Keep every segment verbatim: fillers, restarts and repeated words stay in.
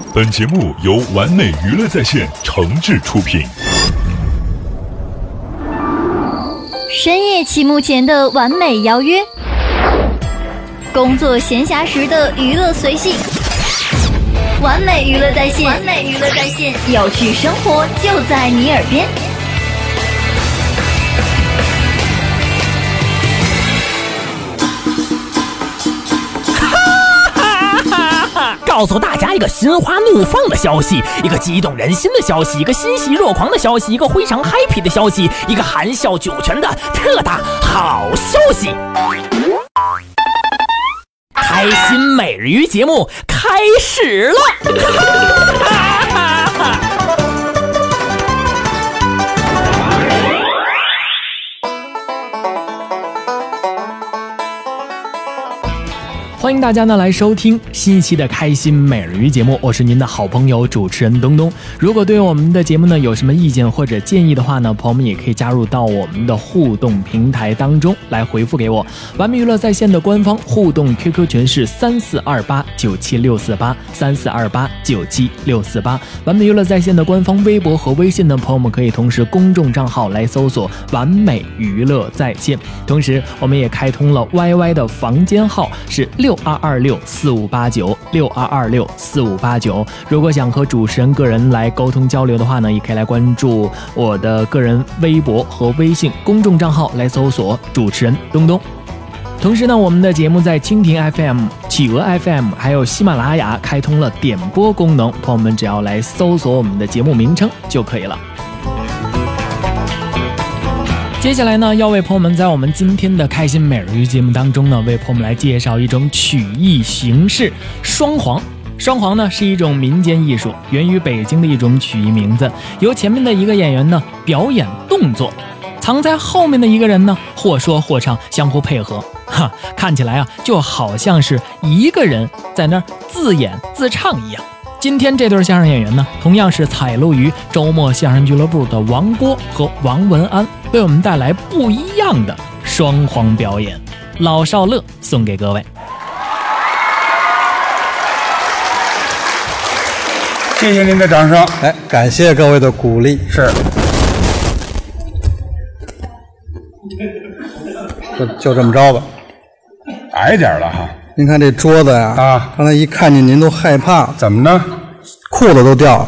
本节目由完美娱乐在线诚挚出品。 深夜期幕前的完美邀约，工作闲暇时的娱乐随性，完美娱乐在线，完美娱乐在线，有趣生活就在你耳边。 告诉大家一个心花怒放的消息，一个激动人心的消息，一个欣喜若狂的消息，一个非常 happy 的消息，一个含笑九泉的特大好消息！开心每日鱼节目开始了！欢迎大家呢来收听新一期的开心每日鱼节目，我是您的好朋友主持人东东。如果对我们的节目呢有什么意见或者建议的话呢，朋友们也可以加入到我们的互动平台当中来回复给我。完美娱乐在线的官方互动 Q Q 群是三四二八九七六四八三四二八九七六四八。完美娱乐在线的官方微博和微信的朋友们可以同时公众账号来搜索完美娱乐在线。同时我们也开通了 Y Y 的房间号是六二二六四五八九六二二六四五八九。如果想和主持人个人来沟通交流的话呢，也可以来关注我的个人微博和微信公众账号来搜索主持人东东。同时呢，我们的节目在蜻蜓 F M、企鹅 F M 还有喜马拉雅开通了点播功能，朋友们只要来搜索我们的节目名称就可以了。接下来呢，要为朋友们在我们今天的开心每日鱼节目当中呢，为朋友们来介绍一种曲艺形式——双簧。双簧呢是一种民间艺术，源于北京的一种曲艺名字，由前面的一个演员呢表演动作，藏在后面的一个人呢或说或唱，相互配合，哈，看起来啊就好像是一个人在那儿自演自唱一样。今天这对相声演员呢，同样是采录于周末相声俱乐部的王郭和王文安，为我们带来不一样的双簧表演。老少乐送给各位。 谢谢您的掌声， 哎，感谢各位的鼓励。 是， 就就这么着吧， 矮点了哈。 您看这桌子呀， 啊， 刚才一看见您都害怕， 怎么呢？ 裤子都掉了。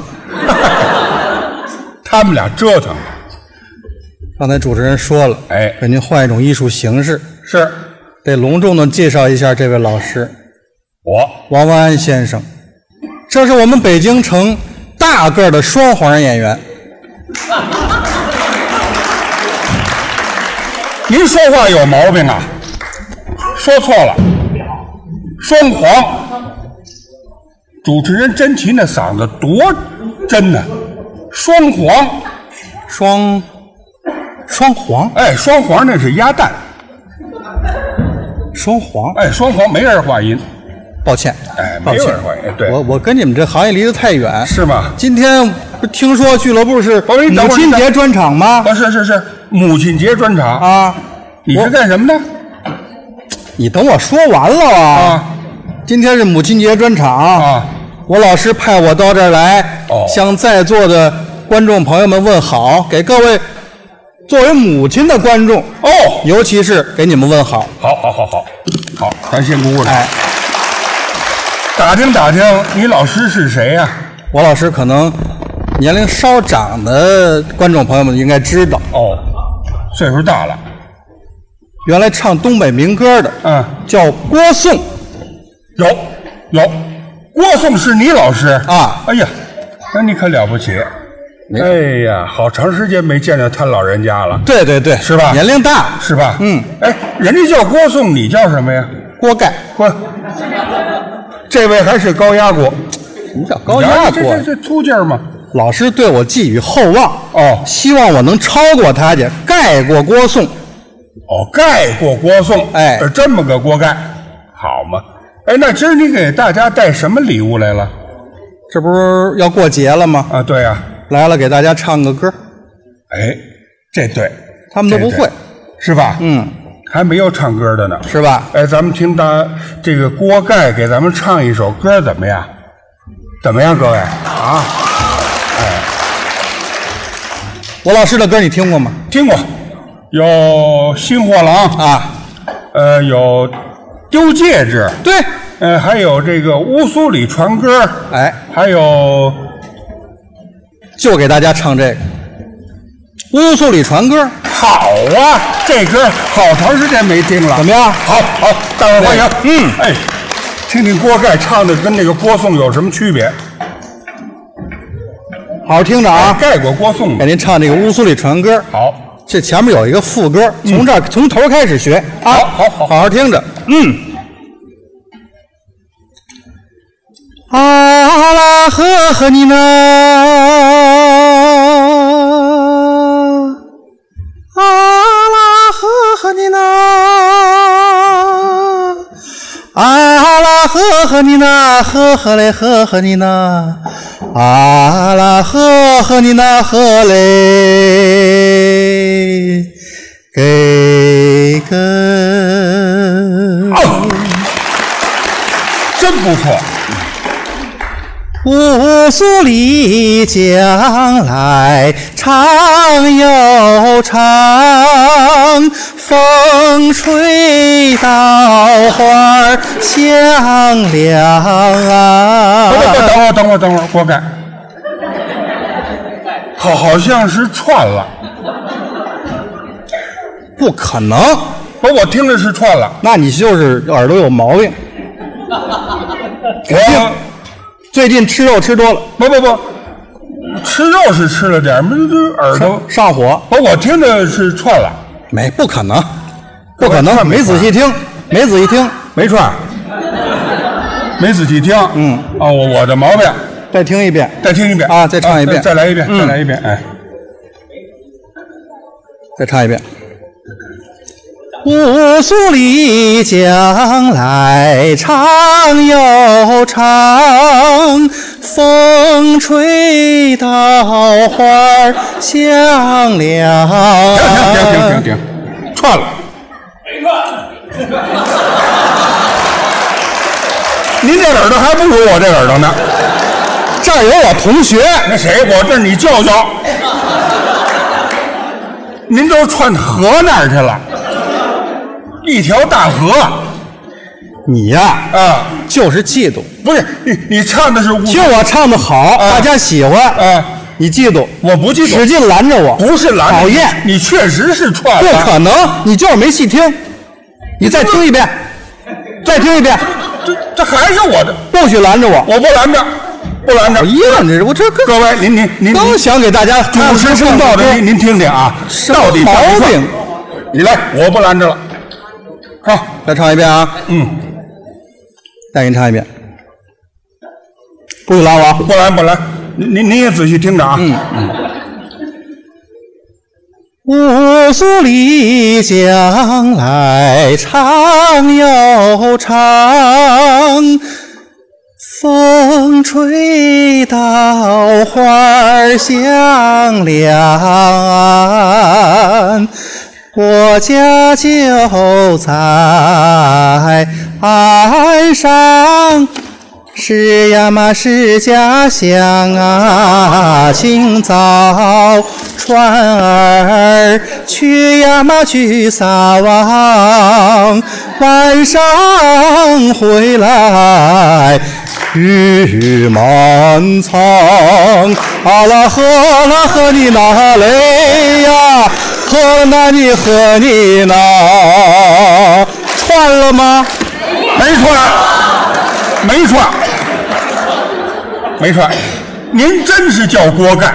他们俩折腾。 刚才主持人说了， 哎， 给您换一种艺术形式， 是得隆重的介绍一下这位老师， 我王文安先生。这是我们北京城大个的双簧演员。 您说话有毛病啊！说错了，双簧。主持人甄奇那嗓子多真呢，双簧， 双双簧， 哎，双簧那是鸭蛋， 双簧， 哎，双簧没儿化音， 抱歉， 哎， 抱歉没有儿化音，对， 我我跟你们这行业离得太远， 是吗？ 今天不听说俱乐部是母亲节专场吗？ 啊，是是是，母亲节专场啊！ 你是干什么的？ 你等我说完了啊！啊今天是母亲节专场啊！我老师派我到这儿来，哦，向在座的观众朋友们问好，给各位作为母亲的观众哦， 尤其是给你们问好。 好，好，好，好，好，咱先鼓鼓掌。 哎， 打听打听，你老师是谁呀？ 我老师可能年龄稍长的观众朋友们应该知道哦，岁数大了。 原来唱东北民歌的， 嗯， 叫郭颂。 有有，郭颂是你老师啊？ 哎呀，那你可了不起！哎呀，好长时间没见着他老人家了。 对对对， 是吧？ 年龄大是吧？ 嗯， 哎，人家叫郭颂，你叫什么呀？ 锅盖。 郭，这位还是高压锅。 你叫高压锅？ 这这这粗劲儿嘛。 老师对我寄予厚望哦， 希望我能超过他去，盖过郭颂。 哦，盖过郭颂， 哎， 这么个锅盖，好嘛？哎，那今儿你给大家带什么礼物来了？ 这不是要过节了吗？ 啊，对呀、啊， 来了，给大家唱个歌。 哎，这对， 他们都不会， 是吧？ 嗯， 还没有唱歌的呢， 是吧？ 哎，咱们听大这个锅盖给咱们唱一首歌怎么样？ 怎么样，各位啊？哎， 我老师的歌你听过吗？ 听过，有《新货郎》 啊， 呃，有《丢戒指》， 对， 呃，还有这个《乌苏里船歌》， 哎， 还有， 就给大家唱这个《乌苏里船歌》。 好啊，这歌好长时间没听了， 怎么样？ 好，好，大伙欢迎。嗯，哎，听听锅盖唱的跟那个郭颂有什么区别？ 好好听着啊！ 盖过郭颂， 给您唱这个《乌苏里船歌》。 好， 这前面有一个副歌，从这儿、嗯、从头开始学啊！ 好，好，好， 好好听着。 嗯。 阿拉赫赫尼娜，阿拉赫赫尼娜，阿拉赫赫尼娜，赫赫嘞赫赫尼娜，阿拉赫赫尼娜赫嘞给个。 哦，真不错。 乌苏里将来长又长，风吹稻花香凉啊！ 等会儿，等会儿，等会儿，等会儿，锅盖，好，好像是串了， 不可能！ 我我听着是串了， 那你就是耳朵有毛病。 我。 最近吃肉吃多了， 不不不，吃肉是吃了点，这耳朵上火。 我我听着是串了， 没不可能，不可能，没仔细听，没仔细听， 没串，没仔细听。 嗯， 啊，我我的毛病， 再听一遍， 再听一遍啊，再唱一遍， 啊、再, 再来一遍， 嗯、 再来一遍，哎， 再唱一遍。乌苏里将来长又长，风吹稻花香凉。 停停停停停，串了，没串。您这耳朵还不如我这耳朵呢。 这儿有我同学， 那谁？我这你教教。您都串河那儿去了。一条大河， 你呀啊， 就是嫉妒。 不是你，你唱的是听我唱的好，啊、大家喜欢啊， 你嫉妒， 我不嫉妒， 使劲拦着我， 不是拦着， 讨厌， 你确实是串了， 不可能，你就是没细听，你再听一遍，再听一遍， 这这还是我的， 不许拦着我， 我不拦着，不拦着。 我一问这我这各位，您您您刚想给大家主持公道的，您您听听啊，到底毛病， 你来，我不拦着了。好， 再唱一遍啊！ 嗯， 再给你唱一遍，不许拦我， 不拦不拦，您您您也仔细听着啊！ 嗯嗯。乌苏里将来长又长，风吹稻花香凉。我家就在岸上，是呀嘛是家乡啊，清早船儿去呀嘛去撒网，晚上回来雨满仓。啊啦呵啦呵你哪嘞呀，呵那你呵你哪，串了吗？ 没串，没串，没串。您真是叫锅盖，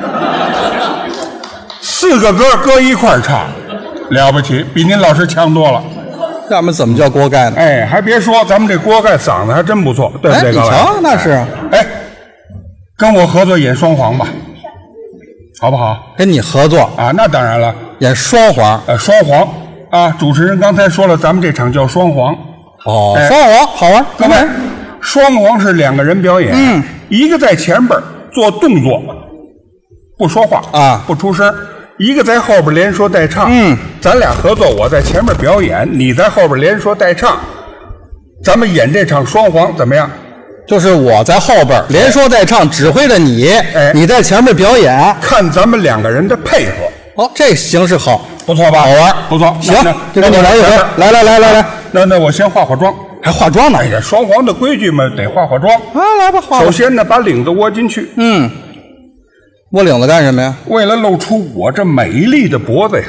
四个歌搁一块儿唱，了不起，比您老师强多了。 要不怎么叫锅盖呢？ 哎，还别说，咱们这锅盖嗓子还真不错，对不对？ 哎，你瞧，那是。 哎，跟我合作演双簧吧，好不好？ 跟你合作啊？那当然了， 演双簧。 呃，双簧啊，主持人刚才说了，咱们这场叫双簧。 哦，哎、双簧好玩。 各位，双簧是两个人表演， 嗯， 一个在前边做动作，不说话啊， 不出声。一个在后边连说带唱， 嗯， 咱俩合作，我在前面表演，你在后边连说带唱，咱们演这场双簧怎么样？ 就是我在后边连说带唱，指挥着你，哎，你在前面表演， 看咱们两个人的配合。 哦，这形式好， 不错吧？ 好玩， 不错。 行，就跟你来一回。来来来来来， 那那我先化化妆， 还化妆呢？ 哎呀，双簧的规矩嘛，得化化妆。 啊，来吧，化吧。 首先呢，把领子窝进去。 嗯，窝领子干什么呀？ 为了露出我这美丽的脖子呀。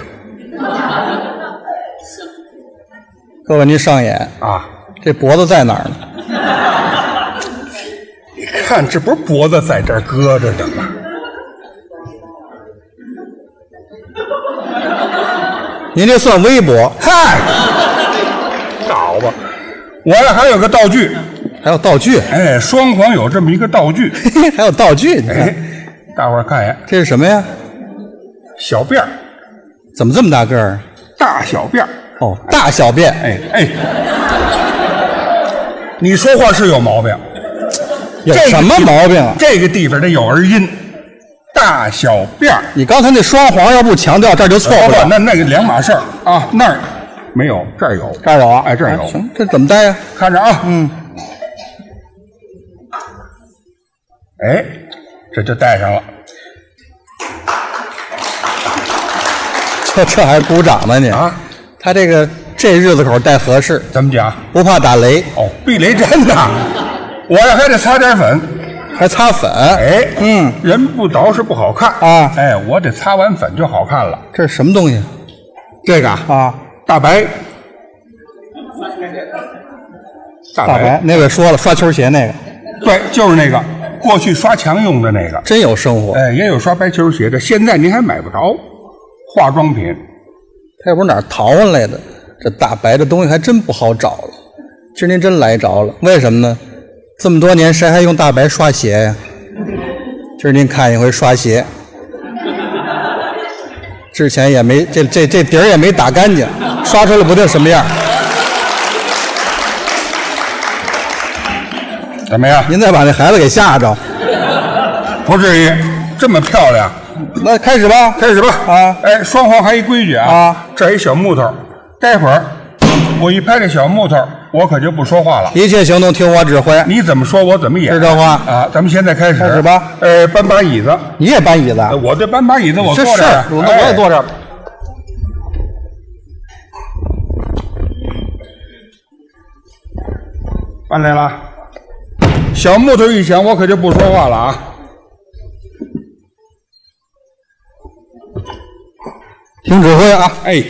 各位您上眼啊， 这脖子在哪儿呢？ 你看，这不是脖子在这儿搁着的吗？ 您这算微博？ 嗨，好吧，我这还有个道具， 还有道具。 哎，双簧有这么一个道具， 还有道具。 哎，大伙儿看一眼， 这是什么呀？ 小辫儿。 怎么这么大个儿？ 大小辫儿。 哦，大小辫。 哎哎，你说话是有毛病。 有什么毛病啊？ 这个地方得有儿音。大小辫儿， 你刚才那双簧要不强调，这儿就错不了。 那那个两码事儿啊，那儿没有，这儿有， 这儿有啊， 哎，这儿有。 行，这怎么戴呀？ 看着啊， 嗯， 哎，这就戴上了。 这这还鼓掌呢你啊？ 他这个这日子口戴合适， 怎么讲？ 不怕打雷哦，避雷针呐。我这还得擦点粉。 还擦粉， 哎， 嗯， 人不捯饬不好看啊， 哎，我得擦完粉就好看了。 这是什么东西？ 这个啊， 大白， 大白，大白那位说了，刷球鞋那个， 对，就是那个，过去刷墙用的那个， 真有生活。 哎，也有刷白球鞋的，现在您还买不着化妆品。 他也不是哪儿淘回来的，这大白的东西还真不好找了。今儿您真来着了，为什么呢？这么多年谁还用大白刷鞋呀？今儿您看一回刷鞋，之前也没这这这底儿也没打干净，刷出来不定什么样。 怎么样？ 您再把那孩子给吓着， 不至于这么漂亮。 那开始吧， 开始吧。 啊， 哎，双簧还一规矩啊， 啊， 这一小木头，待会儿我一拍这小木头，我可就不说话了， 一切行动听我指挥。 你怎么说，我怎么演， 是这话啊？咱们现在开始， 开始吧。 呃，搬把椅子， 你也搬椅子？ 我这搬把椅子，我坐这儿， 那我也坐这儿。 搬来了，小木头一响，我可就不说话了啊！ 听指挥啊！ 哎。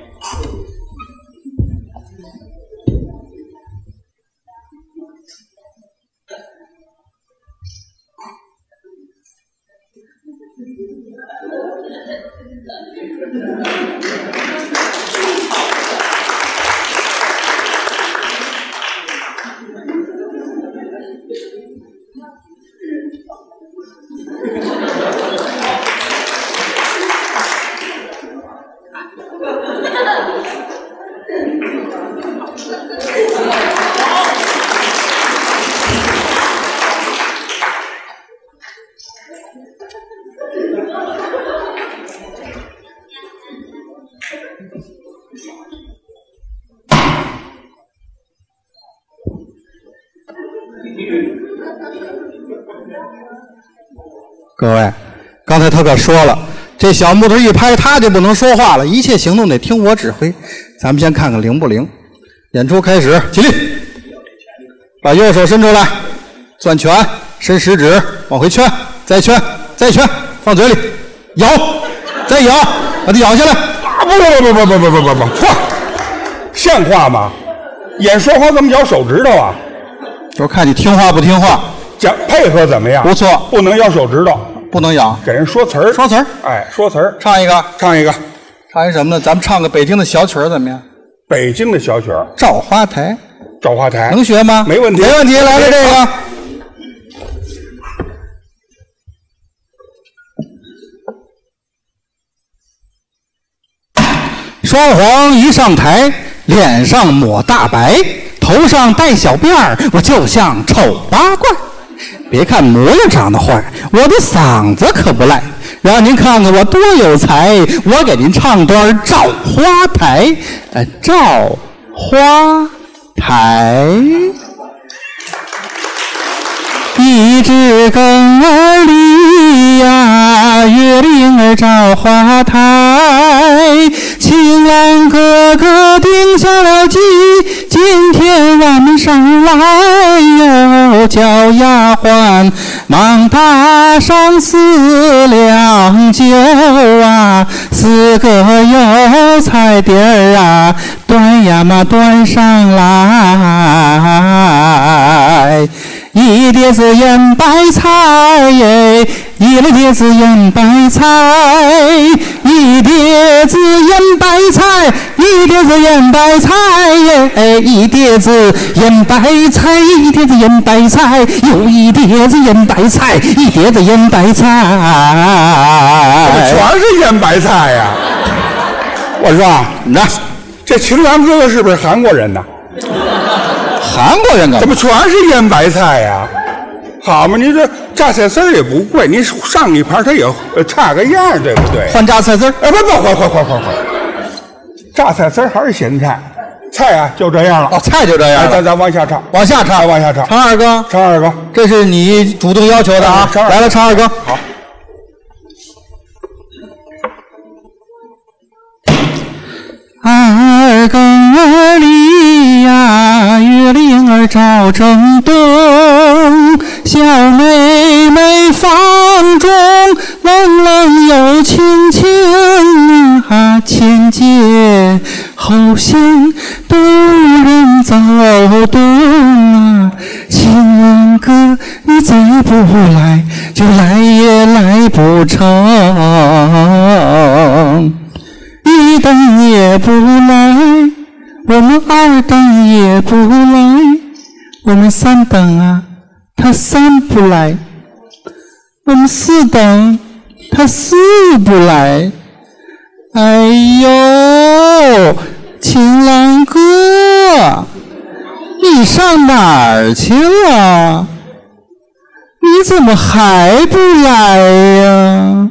各位，刚才他可说了，这小木头一拍，他就不能说话了，一切行动得听我指挥。咱们先看看灵不灵。演出开始，起立，把右手伸出来，攥拳，伸食指，往回圈，再圈，再圈，放嘴里，咬，再咬，把它咬下来。 啊！不不不不不不不不不，嚯，像话吗？演说话怎么咬手指头啊？ 就看你听话不听话。 讲配合怎么样？ 不错， 不能咬手指头， 不能咬， 给人说词儿， 说词儿， 哎，说词儿， 唱一个， 唱一个， 唱一什么呢？咱们唱个北京的小曲儿怎么样？ 北京的小曲儿， 《照花台》， 照花台， 能学吗？ 没问题， 没问题，来了这个。双簧一上台，脸上抹大白，头上戴小辫儿，我就像丑八怪。别看模样长得坏，我的嗓子可不赖。让您看看我多有才，我给您唱段《照花台》。呃，照花台。 一枝更儿梨呀，月灵儿照花台。情郎哥哥定下了计，今天俺们上来哟，叫丫鬟忙打上四两酒啊，四个油菜碟儿啊，端呀嘛端上来。一碟子腌白菜耶，一了碟子腌白菜，一碟子腌白菜，一碟子腌白菜耶，一碟子腌白菜，一碟子腌白菜，又一碟子腌白菜，一碟子腌白菜， 全是腌白菜呀！我说，那这情郎哥哥是不是韩国人呢？ 韩国人啊？ 怎么全是腌白菜呀？好嘛，你这榨菜丝儿也不贵，你上一盘它也差个样，对不对？ 换榨菜丝儿？ 哎，不不，换换换换换，榨菜丝儿还是咸菜，菜啊就这样了。 哦，菜就这样了。 咱咱往下唱， 往下唱， 往下唱。 唱二哥， 唱二哥， 这是你主动要求的啊！来了，唱二哥。 好。 二更儿里呀，月灵儿照正东，小妹妹房中冷冷又清清啊，前街后巷都人走动啊，情郎哥你再不来就来也来不成，一等也不来，我们二等也不来，我们三等啊，他三不来，我们四等，他四不来。哎呦，情郎哥，你上哪儿去了？你怎么还不来呀？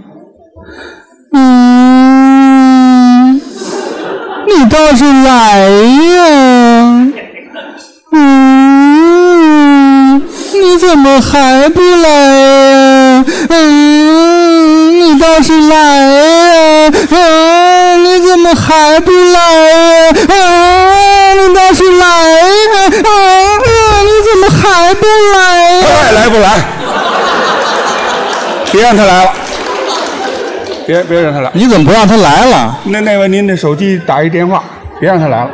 嗯，你倒是来呀！嗯，你怎么还不来呀？嗯，你倒是来呀！啊，你怎么还不来呀？啊，你倒是来呀！啊，你怎么还不来呀？ 他来不来？别让他来了。别别让他来！ 你怎么不让他来了？ 那那位，您的手机打一电话，别让他来了，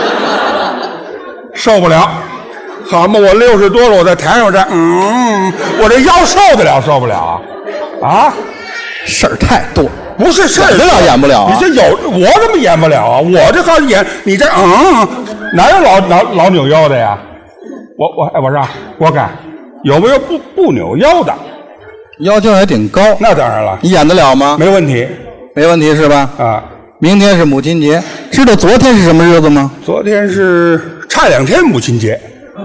受不了。好嘛，我六十多了，我在台上这，嗯，我这腰受得了受不了啊？啊， 事儿太多， 不是事儿演得了演不了、啊？ 你这有我怎么演不了啊？我这好演，你这嗯，哪有老老老扭腰的呀？我我哎，我说我看有没有不不扭腰的？ 要求也挺高， 那当然了。 你演得了吗？ 没问题， 没问题是吧？ 啊， 明天是母亲节，知道昨天是什么日子吗？ 昨天是差两天母亲节，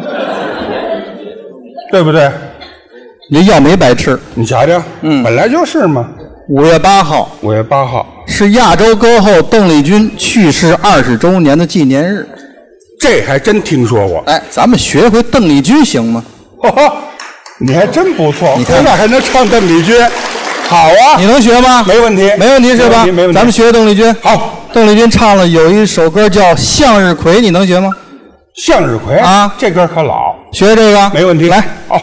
对不对？ 你药没白吃， 你瞧瞧，嗯，本来就是嘛。 五月八号， 五月八号是亚洲歌后邓丽君去世二十周年的纪念日， 这还真听说过。 哎，咱们学回邓丽君行吗？ 哈哈。你还真不错，你看还能唱邓丽君，好啊！ 你能学吗？ 没问题， 没问题是吧？ 没问题， 咱们学邓丽君。 好， 邓丽君唱了有一首歌叫《向日葵》，你能学吗？ 向日葵啊， 这歌可老， 学这个没问题。 来， 好。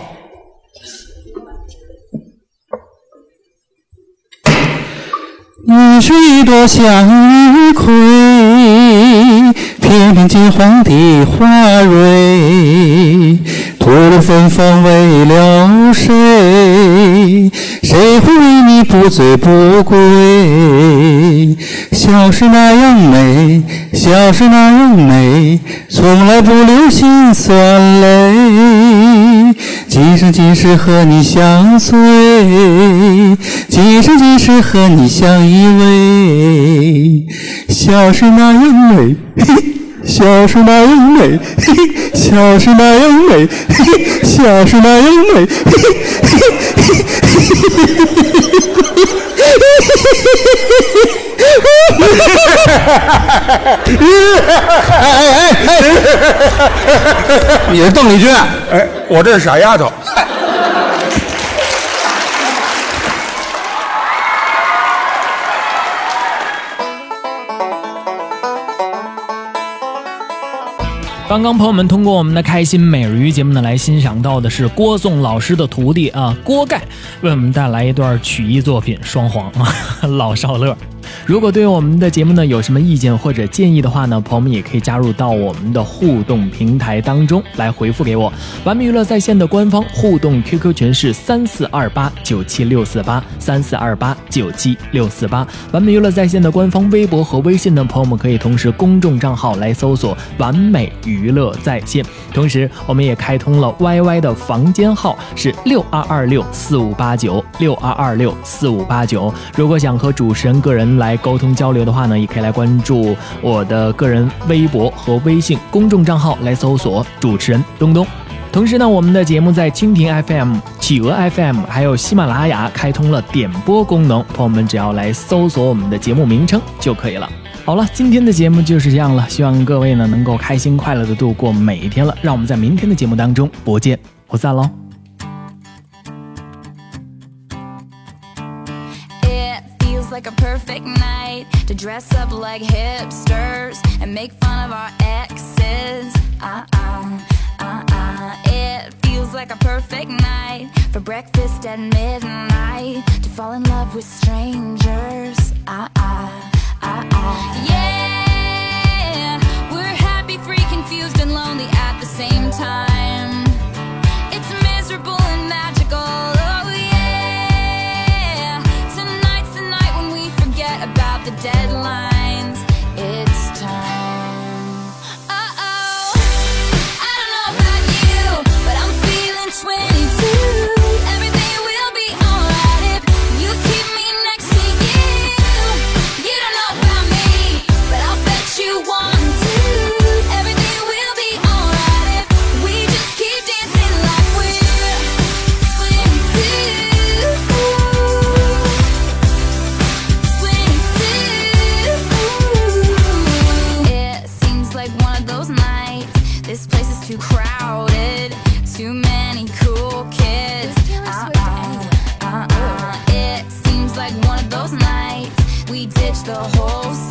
你是一朵向日葵，翩翩金黄的花蕊，吐露芬芳为了谁？谁会为你不醉不归？笑是那样美，笑是那样美，从来不流辛酸泪。今生今世和你相随，今生今世和你相依偎。笑是那样美，笑是那样美，笑是那样美，笑是那样美。哎哎哎！你是邓丽君？ 哎，我这是傻丫头。 刚刚朋友们通过我们的开心每日鱼节目呢，来欣赏到的是郭颂老师的徒弟啊郭盖为我们带来一段曲艺作品《双簧》啊，老少乐。如果对我们的节目呢有什么意见或者建议的话呢，朋友们也可以加入到我们的互动平台当中来回复给我。完美娱乐在线的官方互动 Q Q 群是三四二八九七六四八三四二八九七六四八。完美娱乐在线的官方微博和微信的朋友们可以同时公众账号来搜索完美娱乐在线，同时我们也开通了 Y Y 的房间号是六二二六四五八九六二二六四五八九。如果想和主持人个人来沟通交流的话呢，也可以来关注我的个人微博和微信公众账号来搜索主持人东东。同时呢，我们的节目在蜻蜓 F M、企鹅 F M 还有喜马拉雅开通了点播功能，朋友们只要来搜索我们的节目名称就可以了。好了，今天的节目就是这样了，希望各位呢能够开心快乐的度过每一天了，让我们在明天的节目当中不见不散喽。 Like a perfect night to dress up like hipsters and make fun of our exes. Uh-uh, uh-uh. It feels like a perfect night for breakfast at midnight to fall in love with strangers. Uh-uh, uh-uh. Yeah, we're happy, free, confused, and lonely at the same time. It's miserable and magical. About the deadlines, it's time. Uh-oh, I don't know about you, but I'm feeling twenty-two. Everything will be alright if you keep me next to you. You don't know about me, but I'll bet you want to. Everything will be alright if we just keep dancing like we're twenty-two. This place is too crowded, too many cool kids. Uh-uh, uh-uh. It seems like one of those nights we ditch the whole